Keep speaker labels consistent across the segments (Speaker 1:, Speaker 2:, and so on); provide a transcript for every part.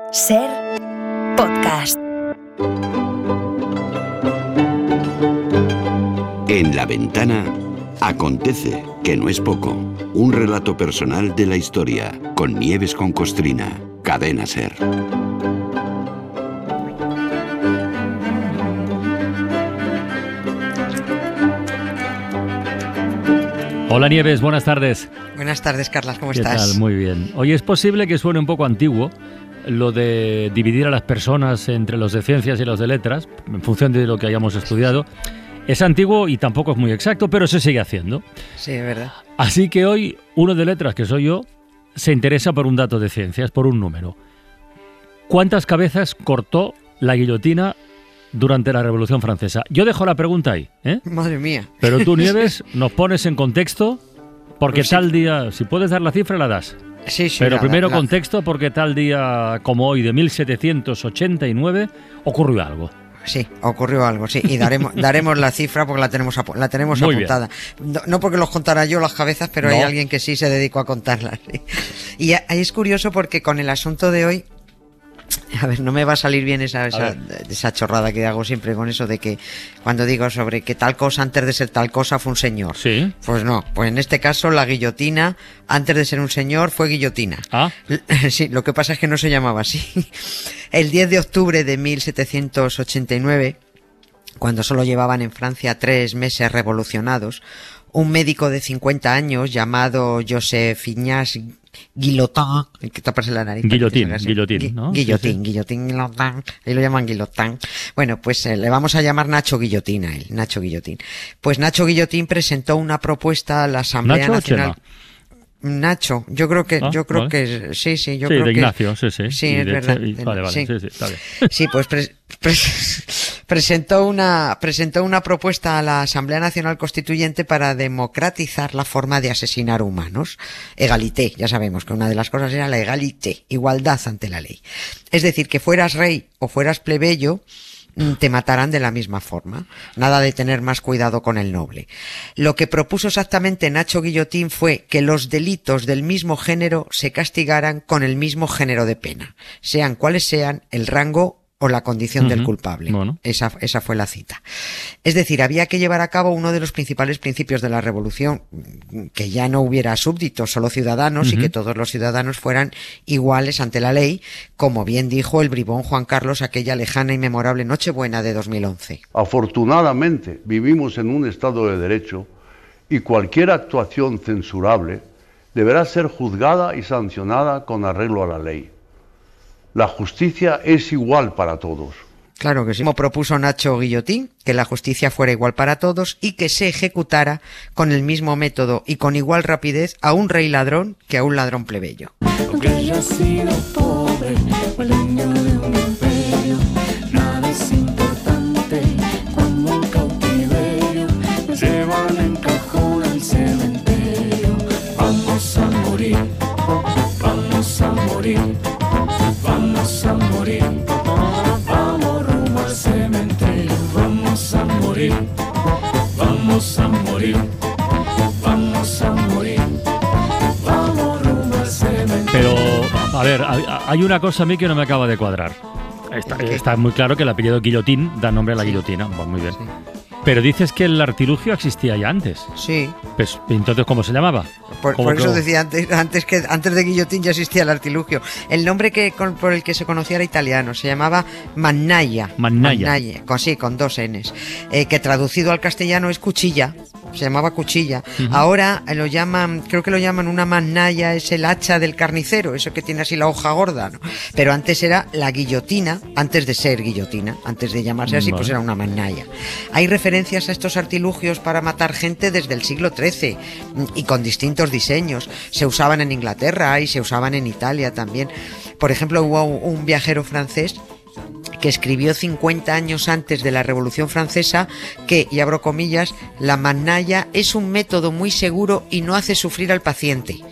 Speaker 1: Ser podcast.
Speaker 2: En La Ventana acontece, que no es poco, un relato personal de la historia, con Nieves con Costrina, Cadena Ser.
Speaker 3: Hola Nieves, buenas tardes.
Speaker 4: Buenas tardes, Carlas, ¿cómo
Speaker 3: ¿Qué
Speaker 4: estás?
Speaker 3: tal? Muy bien. Hoy es posible que suene un poco antiguo lo de dividir a las personas entre los de ciencias y los de letras, en función de lo que hayamos estudiado. Es antiguo y tampoco es muy exacto, pero se sigue haciendo.
Speaker 4: Sí, es verdad.
Speaker 3: Así que hoy uno de letras, que soy yo, se interesa por un dato de ciencias, por un número. ¿Cuántas cabezas cortó la guillotina durante la Revolución Francesa? Yo dejo la pregunta ahí, ¿eh?
Speaker 4: Madre mía.
Speaker 3: Pero tú, Nieves, nos pones en contexto, porque
Speaker 4: Pues sí.
Speaker 3: tal día, si puedes dar la cifra, la das.
Speaker 4: Sí,
Speaker 3: Pero primero contexto, porque tal día como hoy de 1789 ocurrió algo.
Speaker 4: Sí, ocurrió algo, sí, y daremos la cifra porque la tenemos
Speaker 3: Muy
Speaker 4: apuntada. No porque los contara yo las cabezas, pero
Speaker 3: No.
Speaker 4: hay alguien que sí se dedicó a contarlas. ¿Sí? Y ahí es curioso porque con el asunto de hoy, a ver, no me va a salir bien esa chorrada que hago siempre con eso de que cuando digo sobre que tal cosa antes de ser tal cosa fue un señor.
Speaker 3: Sí.
Speaker 4: Pues no, pues en este caso la guillotina antes de ser un señor fue guillotina.
Speaker 3: Ah.
Speaker 4: Sí, lo que pasa es que no se llamaba así. El 10 de octubre de 1789, cuando solo llevaban en Francia 3 meses revolucionados, un médico de 50 años llamado Joseph Ignace Guillotin, hay que taparse la nariz.
Speaker 3: Guillotín,
Speaker 4: para que se
Speaker 3: guillotín,
Speaker 4: haga así.
Speaker 3: ¿no?
Speaker 4: Guillotín,
Speaker 3: Sí, sí.
Speaker 4: Guillotín, ahí lo llaman Guillotin. Bueno, pues le vamos a llamar Nacho Guillotín a él, Nacho Guillotín. Pues Nacho Guillotín presentó una propuesta a la Asamblea
Speaker 3: ¿Nacho o
Speaker 4: Nacional.
Speaker 3: Chema?
Speaker 4: Nacho, yo creo que,
Speaker 3: Ah, vale.
Speaker 4: que sí, yo
Speaker 3: Sí,
Speaker 4: creo
Speaker 3: de
Speaker 4: que
Speaker 3: Ignacio, sí.
Speaker 4: Sí,
Speaker 3: Y
Speaker 4: es
Speaker 3: de
Speaker 4: verdad.
Speaker 3: Vale,
Speaker 4: Sí.
Speaker 3: sí, está bien.
Speaker 4: Sí, pues presentó una propuesta a la Asamblea Nacional Constituyente para democratizar la forma de asesinar humanos. Egalité, ya sabemos que una de las cosas era la egalité, igualdad ante la ley. Es decir, que fueras rey o fueras plebeyo, te matarán de la misma forma. Nada de tener más cuidado con el noble. Lo que propuso exactamente Nacho Guillotín fue que los delitos del mismo género se castigaran con el mismo género de pena, sean cuales sean el rango o la condición del culpable.
Speaker 3: Bueno.
Speaker 4: Esa fue la cita. Es decir, había que llevar a cabo uno de los principales principios de la revolución, que ya no hubiera súbditos, solo ciudadanos, y que todos los ciudadanos fueran iguales ante la ley, como bien dijo el bribón Juan Carlos aquella lejana y memorable Nochebuena de 2011.
Speaker 5: Afortunadamente vivimos en un Estado de Derecho y cualquier actuación censurable deberá ser juzgada y sancionada con arreglo a la ley. La justicia es igual para todos.
Speaker 4: Claro que sí. Como propuso Nacho Guillotín, que la justicia fuera igual para todos y que se ejecutara con el mismo método y con igual rapidez a un rey ladrón que a un ladrón plebeyo.
Speaker 6: Aunque haya sido pobre o el dueño de un imperio, nada es importante cuando un cautiverio nos llevan en cajón al cementerio. Vamos a morir, vamos a morir, vamos a morir, vamos rumbo al cementerio. Vamos a morir, vamos a morir, vamos a morir, vamos rumbo al cementerio.
Speaker 3: Pero, a ver, hay una cosa a mí que no me acaba de cuadrar. Está muy claro que el apellido Guillotín da nombre a la guillotina. Pues muy bien.
Speaker 4: Sí.
Speaker 3: Pero dices que el artilugio existía ya antes.
Speaker 4: Sí.
Speaker 3: Pues, entonces, ¿cómo se llamaba?
Speaker 4: Por eso decía antes de Guillotín ya existía el artilugio. El nombre por el que se conocía era italiano, se llamaba mannaia.
Speaker 3: Mannaia.
Speaker 4: Con 2 N's. Que traducido al castellano es cuchilla. Se llamaba cuchilla. Ahora creo que lo llaman una mannaia, es el hacha del carnicero, eso que tiene así la hoja gorda, ¿no? Pero antes era la guillotina, antes de ser guillotina, antes de llamarse así,
Speaker 3: Vale.
Speaker 4: pues era una mannaia. Hay referencias a estos artilugios para matar gente desde el siglo XIII y con distintos diseños. Se usaban en Inglaterra y se usaban en Italia también. Por ejemplo, hubo un viajero francés que escribió 50 años antes de la Revolución Francesa que, y abro comillas, la mannaia es un método muy seguro y no hace sufrir al paciente.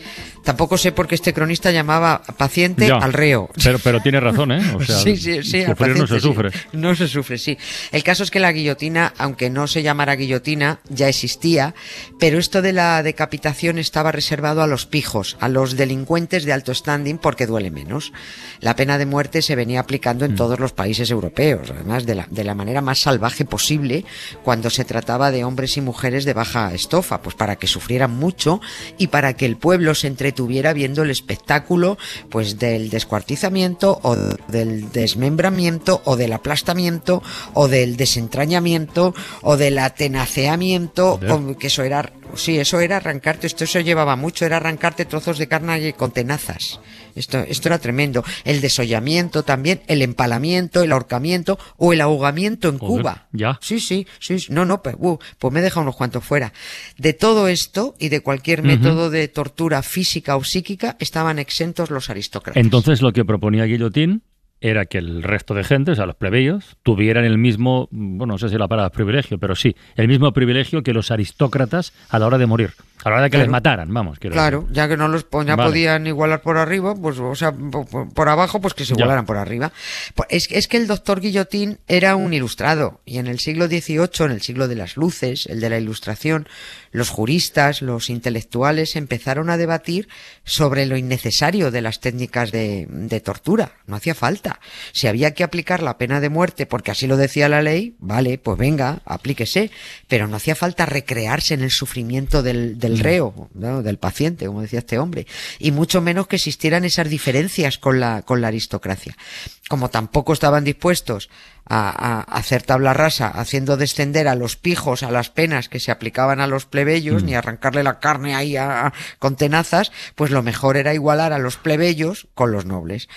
Speaker 4: Tampoco sé por qué este cronista llamaba paciente
Speaker 3: Ya.
Speaker 4: al reo.
Speaker 3: Pero tiene razón, ¿eh? O sea,
Speaker 4: sí,
Speaker 3: sufrir
Speaker 4: al
Speaker 3: no
Speaker 4: paciente,
Speaker 3: se
Speaker 4: sí.
Speaker 3: sufre.
Speaker 4: No se sufre, sí. El caso es que la guillotina, aunque no se llamara guillotina, ya existía, pero esto de la decapitación estaba reservado a los pijos, a los delincuentes de alto standing, porque duele menos. La pena de muerte se venía aplicando en todos los países europeos, además de la manera más salvaje posible, cuando se trataba de hombres y mujeres de baja estofa, pues para que sufrieran mucho y para que el pueblo se entretuviera viendo el espectáculo, pues del descuartizamiento o del desmembramiento o del aplastamiento o del desentrañamiento o del atenaceamiento, o que eso era, sí, eso era arrancarte, eso llevaba mucho, era arrancarte trozos de carne con tenazas. Esto era tremendo. El desollamiento también, el empalamiento, el ahorcamiento o el ahogamiento en
Speaker 3: Joder,
Speaker 4: Cuba.
Speaker 3: ya.
Speaker 4: Sí. No, pues me he dejado unos cuantos fuera. De todo esto y de cualquier método de tortura física o psíquica estaban exentos los aristócratas.
Speaker 3: Entonces lo que proponía Guillotín era que el resto de gente, o sea, los plebeyos, tuvieran el mismo, bueno, no sé si la palabra es privilegio, pero sí, el mismo privilegio que los aristócratas a la hora de morir, a la hora de que
Speaker 4: Claro.
Speaker 3: les mataran, vamos.
Speaker 4: Claro, ya que no los ya
Speaker 3: Vale.
Speaker 4: podían igualar por arriba, pues, o sea, por abajo, pues que se
Speaker 3: Ya.
Speaker 4: igualaran por arriba. Pues es que el doctor Guillotín era un ilustrado, y en el siglo XVIII, en el siglo de las luces, el de la ilustración, los juristas, los intelectuales empezaron a debatir sobre lo innecesario de las técnicas de tortura. No hacía falta. Si había que aplicar la pena de muerte porque así lo decía la ley, vale, pues venga, aplíquese. Pero no hacía falta recrearse en el sufrimiento del reo, ¿no? Del paciente, como decía este hombre. Y mucho menos que existieran esas diferencias con la aristocracia. Como tampoco estaban dispuestos a hacer tabla rasa haciendo descender a los pijos a las penas que se aplicaban a los plebeyos, ni arrancarle la carne ahí con tenazas, pues lo mejor era igualar a los plebeyos con los nobles.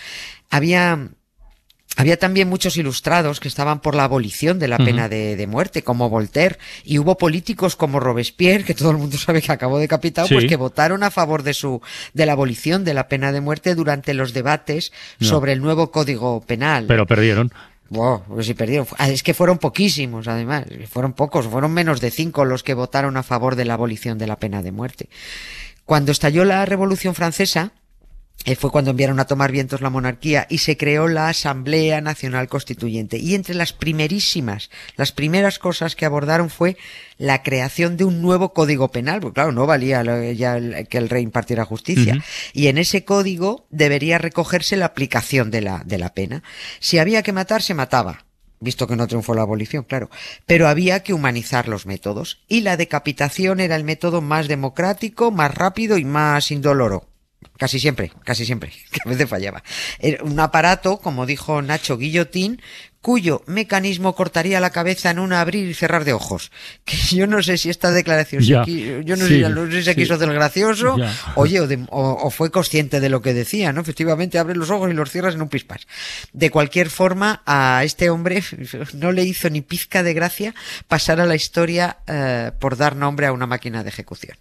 Speaker 4: Había también muchos ilustrados que estaban por la abolición de la pena de muerte, como Voltaire, y hubo políticos como Robespierre, que todo el mundo sabe que acabó decapitado,
Speaker 3: Sí.
Speaker 4: pues que votaron a favor de la abolición de la pena de muerte durante los debates sobre el nuevo Código Penal.
Speaker 3: Pero perdieron.
Speaker 4: Wow, pues si perdieron. Es que fueron poquísimos, además. Fueron pocos, fueron menos de 5 los que votaron a favor de la abolición de la pena de muerte. Cuando estalló la Revolución Francesa, fue cuando enviaron a tomar vientos la monarquía y se creó la Asamblea Nacional Constituyente. Y entre las primeras cosas que abordaron fue la creación de un nuevo código penal, porque claro, no valía que el rey impartiera justicia. Y en ese código debería recogerse la aplicación de la pena. Si había que matar, se mataba. Visto que no triunfó la abolición, claro. Pero había que humanizar los métodos. Y la decapitación era el método más democrático, más rápido y más indoloro. Casi siempre, que a veces fallaba. Era un aparato, como dijo Nacho Guillotín, cuyo mecanismo cortaría la cabeza en un abrir y cerrar de ojos. Que yo no sé si esta declaración,
Speaker 3: Ya.
Speaker 4: yo no
Speaker 3: Sí,
Speaker 4: sé si se
Speaker 3: sí.
Speaker 4: quiso hacer gracioso,
Speaker 3: Ya.
Speaker 4: oye, o fue consciente de lo que decía, ¿no? Efectivamente, abres los ojos y los cierras en un pispás. De cualquier forma, a este hombre no le hizo ni pizca de gracia pasar a la historia por dar nombre a una máquina de ejecución.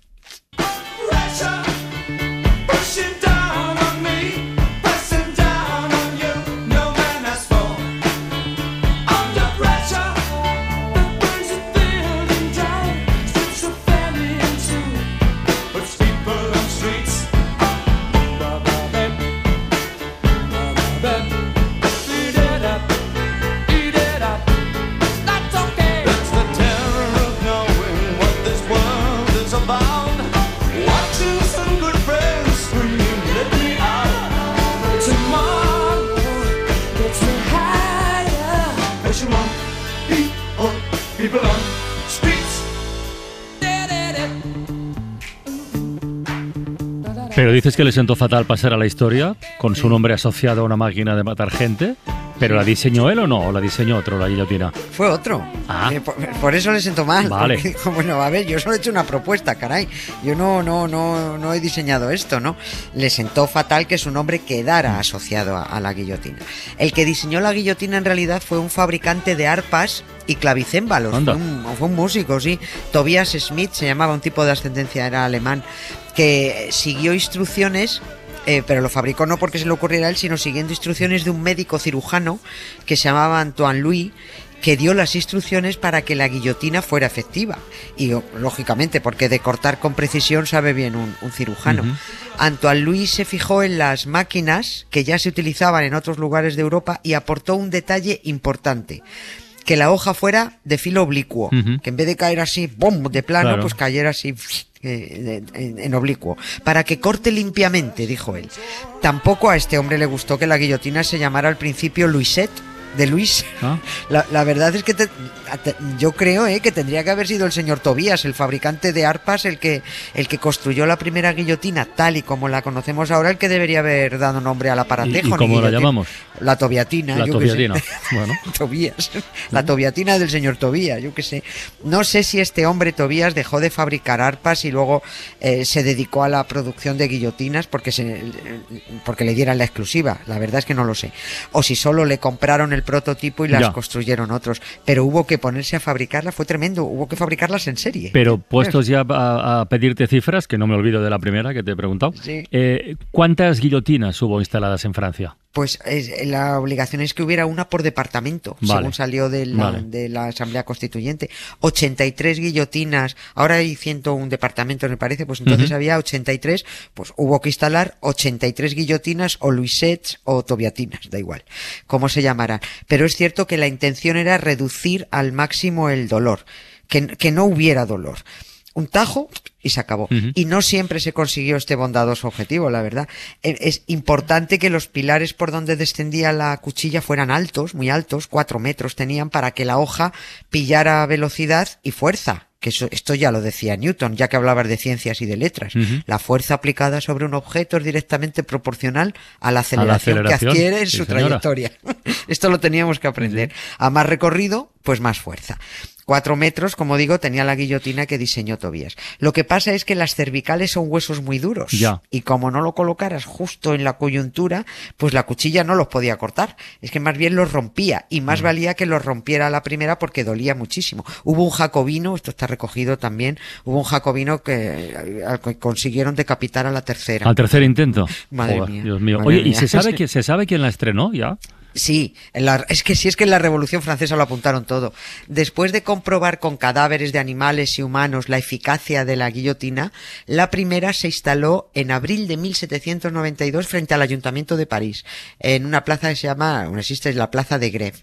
Speaker 3: Pero dices que le sentó fatal pasar a la historia con su nombre asociado a una máquina de matar gente. ¿Pero la diseñó él o no? ¿O la diseñó otro, la guillotina?
Speaker 4: Fue otro.
Speaker 3: Ah.
Speaker 4: Por eso le siento mal.
Speaker 3: Vale.
Speaker 4: Porque dijo, bueno, a ver, yo solo he hecho una propuesta, caray. Yo no he diseñado esto, ¿no? Le sentó fatal que su nombre quedara asociado a la guillotina. El que diseñó la guillotina en realidad fue un fabricante de arpas y clavicémbalos.
Speaker 3: Anda.
Speaker 4: Fue un músico, sí. Tobias Schmidt se llamaba, un tipo de ascendencia, era alemán, que siguió instrucciones. Pero lo fabricó no porque se le ocurriera a él, sino siguiendo instrucciones de un médico cirujano que se llamaba Antoine Louis, que dio las instrucciones para que la guillotina fuera efectiva. Y lógicamente, porque de cortar con precisión sabe bien un cirujano. Antoine Louis se fijó en las máquinas que ya se utilizaban en otros lugares de Europa y aportó un detalle importante: que la hoja fuera de filo oblicuo, que en vez de caer así, ¡bum!, de plano,
Speaker 3: Claro.
Speaker 4: pues cayera así en oblicuo, para que corte limpiamente, dijo él. Tampoco a este hombre le gustó que la guillotina se llamara al principio Louisette, de Luis.
Speaker 3: ¿Ah?
Speaker 4: La verdad es que yo creo que tendría que haber sido el señor Tobías, el fabricante de arpas, el que construyó la primera guillotina tal y como la conocemos ahora, el que debería haber dado nombre al aparatejo.
Speaker 3: ¿Y cómo la llamamos?
Speaker 4: La tobiatina.
Speaker 3: La
Speaker 4: yo qué sé.
Speaker 3: tobiatina. Bueno.
Speaker 4: Tobías. La tobiatina del señor Tobías, yo qué sé. No sé si este hombre Tobías dejó de fabricar arpas y luego se dedicó a la producción de guillotinas porque le dieran la exclusiva. La verdad es que no lo sé. O si solo le compraron el prototipo y las
Speaker 3: Ya.
Speaker 4: construyeron otros. Pero hubo que ponerse a fabricarla, fue tremendo. Hubo que fabricarlas en serie.
Speaker 3: Pero puestos ya a pedirte cifras, que no me olvido de la primera que te he preguntado,
Speaker 4: Sí.
Speaker 3: ¿cuántas guillotinas hubo instaladas en Francia?
Speaker 4: Pues la obligación es que hubiera una por departamento,
Speaker 3: Vale.
Speaker 4: según salió de
Speaker 3: Vale.
Speaker 4: la Asamblea Constituyente. 83 guillotinas, ahora hay 101 departamentos, me parece, pues entonces había 83, pues hubo que instalar 83 guillotinas o Louisettes o tobiatinas, da igual, cómo se llamaran. Pero es cierto que la intención era reducir al máximo el dolor, que no hubiera dolor. Un tajo y se acabó. Y no siempre se consiguió este bondadoso objetivo, la verdad. Es importante que los pilares por donde descendía la cuchilla fueran altos, muy altos, 4 metros tenían, para que la hoja pillara velocidad y fuerza. Que esto ya lo decía Newton, ya que hablabas de ciencias y de letras. La fuerza aplicada sobre un objeto es directamente proporcional a la aceleración que adquiere en
Speaker 3: sí,
Speaker 4: su
Speaker 3: señora.
Speaker 4: trayectoria. Esto lo teníamos que aprender. A más recorrido, pues más fuerza. 4 metros, como digo, tenía la guillotina que diseñó Tobías. Lo que pasa es que las cervicales son huesos muy duros.
Speaker 3: Ya.
Speaker 4: Y como no lo colocaras justo en la coyuntura, pues la cuchilla no los podía cortar. Es que más bien los rompía. Y más valía que los rompiera a la primera porque dolía muchísimo. Hubo un jacobino, esto está recogido también, hubo un jacobino al que consiguieron decapitar a la tercera.
Speaker 3: ¿Al tercer intento?
Speaker 4: Madre
Speaker 3: Joder,
Speaker 4: mía.
Speaker 3: Dios mío.
Speaker 4: Madre
Speaker 3: Oye, ¿y
Speaker 4: mía.
Speaker 3: se sabe quién la estrenó ya?
Speaker 4: Sí, es que en la Revolución Francesa lo apuntaron todo. Después de comprobar con cadáveres de animales y humanos la eficacia de la guillotina, la primera se instaló en abril de 1792 frente al Ayuntamiento de París, en una plaza que se llama, aún existe, la Plaza de Grève.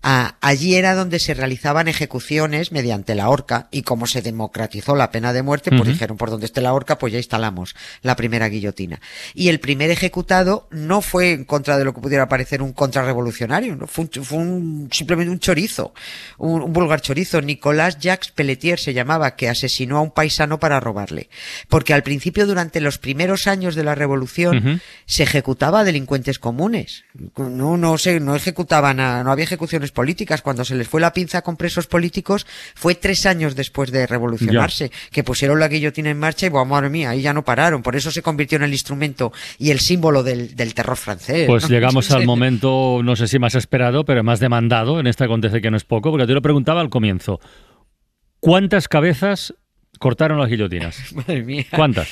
Speaker 4: Allí era donde se realizaban ejecuciones mediante la horca, y como se democratizó la pena de muerte, pues dijeron, por donde esté la horca, pues ya instalamos la primera guillotina. Y el primer ejecutado no fue en contra de lo que pudiera parecer un contrarrevolucionario, ¿no? Fue simplemente un chorizo, un vulgar chorizo. Nicolas Jacques Pelletier se llamaba, que asesinó a un paisano para robarle. Porque al principio, durante los primeros años de la revolución, se ejecutaba a delincuentes comunes. No ejecutaban no había ejecuciones políticas. Cuando se les fue la pinza con presos políticos fue 3 años después de revolucionarse, que pusieron la guillotina en marcha y, madre mía, ahí ya no pararon. Por eso se convirtió en el instrumento y el símbolo del terror francés.
Speaker 3: Pues
Speaker 4: ¿no?
Speaker 3: llegamos al momento, no sé si más esperado, pero más demandado en este Acontece que no es poco, porque te lo preguntaba al comienzo. ¿Cuántas cabezas cortaron las guillotinas?
Speaker 4: Madre mía.
Speaker 3: ¿Cuántas?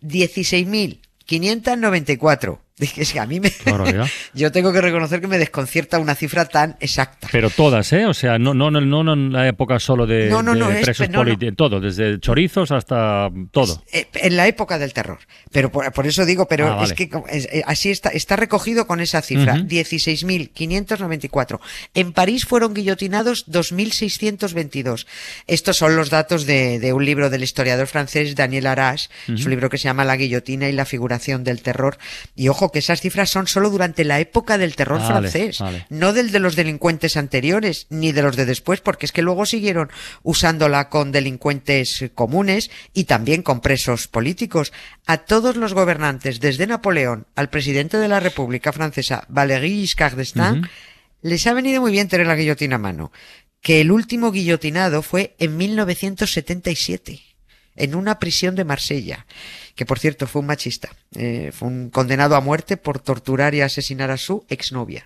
Speaker 4: 16.594. Es que a mí yo tengo que reconocer que me desconcierta una cifra tan exacta.
Speaker 3: Pero todas, ¿eh? O sea, no en la época solo de presos políticos, todo, desde chorizos hasta todo.
Speaker 4: En la época del terror. Pero por eso digo, pero
Speaker 3: vale.
Speaker 4: Es que así está recogido con esa cifra, 16.594. En París fueron guillotinados 2.622. Estos son los datos de un libro del historiador francés Daniel Arras, es un libro que se llama La guillotina y la figuración del terror. Y ojo, que esas cifras son solo durante la época del terror francés, no del de los delincuentes anteriores, ni de los de después, porque es que luego siguieron usándola con delincuentes comunes y también con presos políticos. A todos los gobernantes, desde Napoleón al presidente de la República Francesa, Valéry Giscard d'Estaing, les ha venido muy bien tener la guillotina a mano. Que el último guillotinado fue en 1977. En una prisión de Marsella, que por cierto fue un machista, fue un condenado a muerte por torturar y asesinar a su exnovia.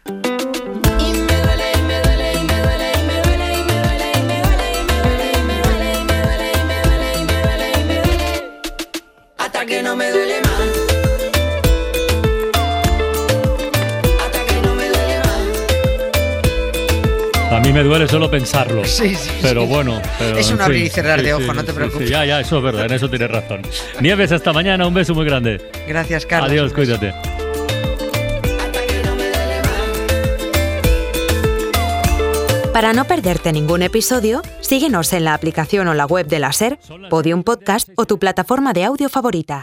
Speaker 6: Hasta que no me duele más.
Speaker 3: A mí me duele solo pensarlo.
Speaker 4: Sí, sí,
Speaker 3: pero
Speaker 4: sí.
Speaker 3: bueno. Pero,
Speaker 4: Es un
Speaker 3: en
Speaker 4: abrir
Speaker 3: fin,
Speaker 4: y cerrar
Speaker 3: sí,
Speaker 4: de
Speaker 3: sí,
Speaker 4: ojo, no te
Speaker 3: sí,
Speaker 4: preocupes.
Speaker 3: sí, ya, eso es verdad, en eso tienes razón. Nieves, hasta mañana, un beso muy grande.
Speaker 4: Gracias, Carlos.
Speaker 3: Adiós,
Speaker 4: Un beso.
Speaker 3: cuídate.
Speaker 1: Para no perderte ningún episodio, síguenos en la aplicación o la web de la SER, Podium Podcast o tu plataforma de audio favorita.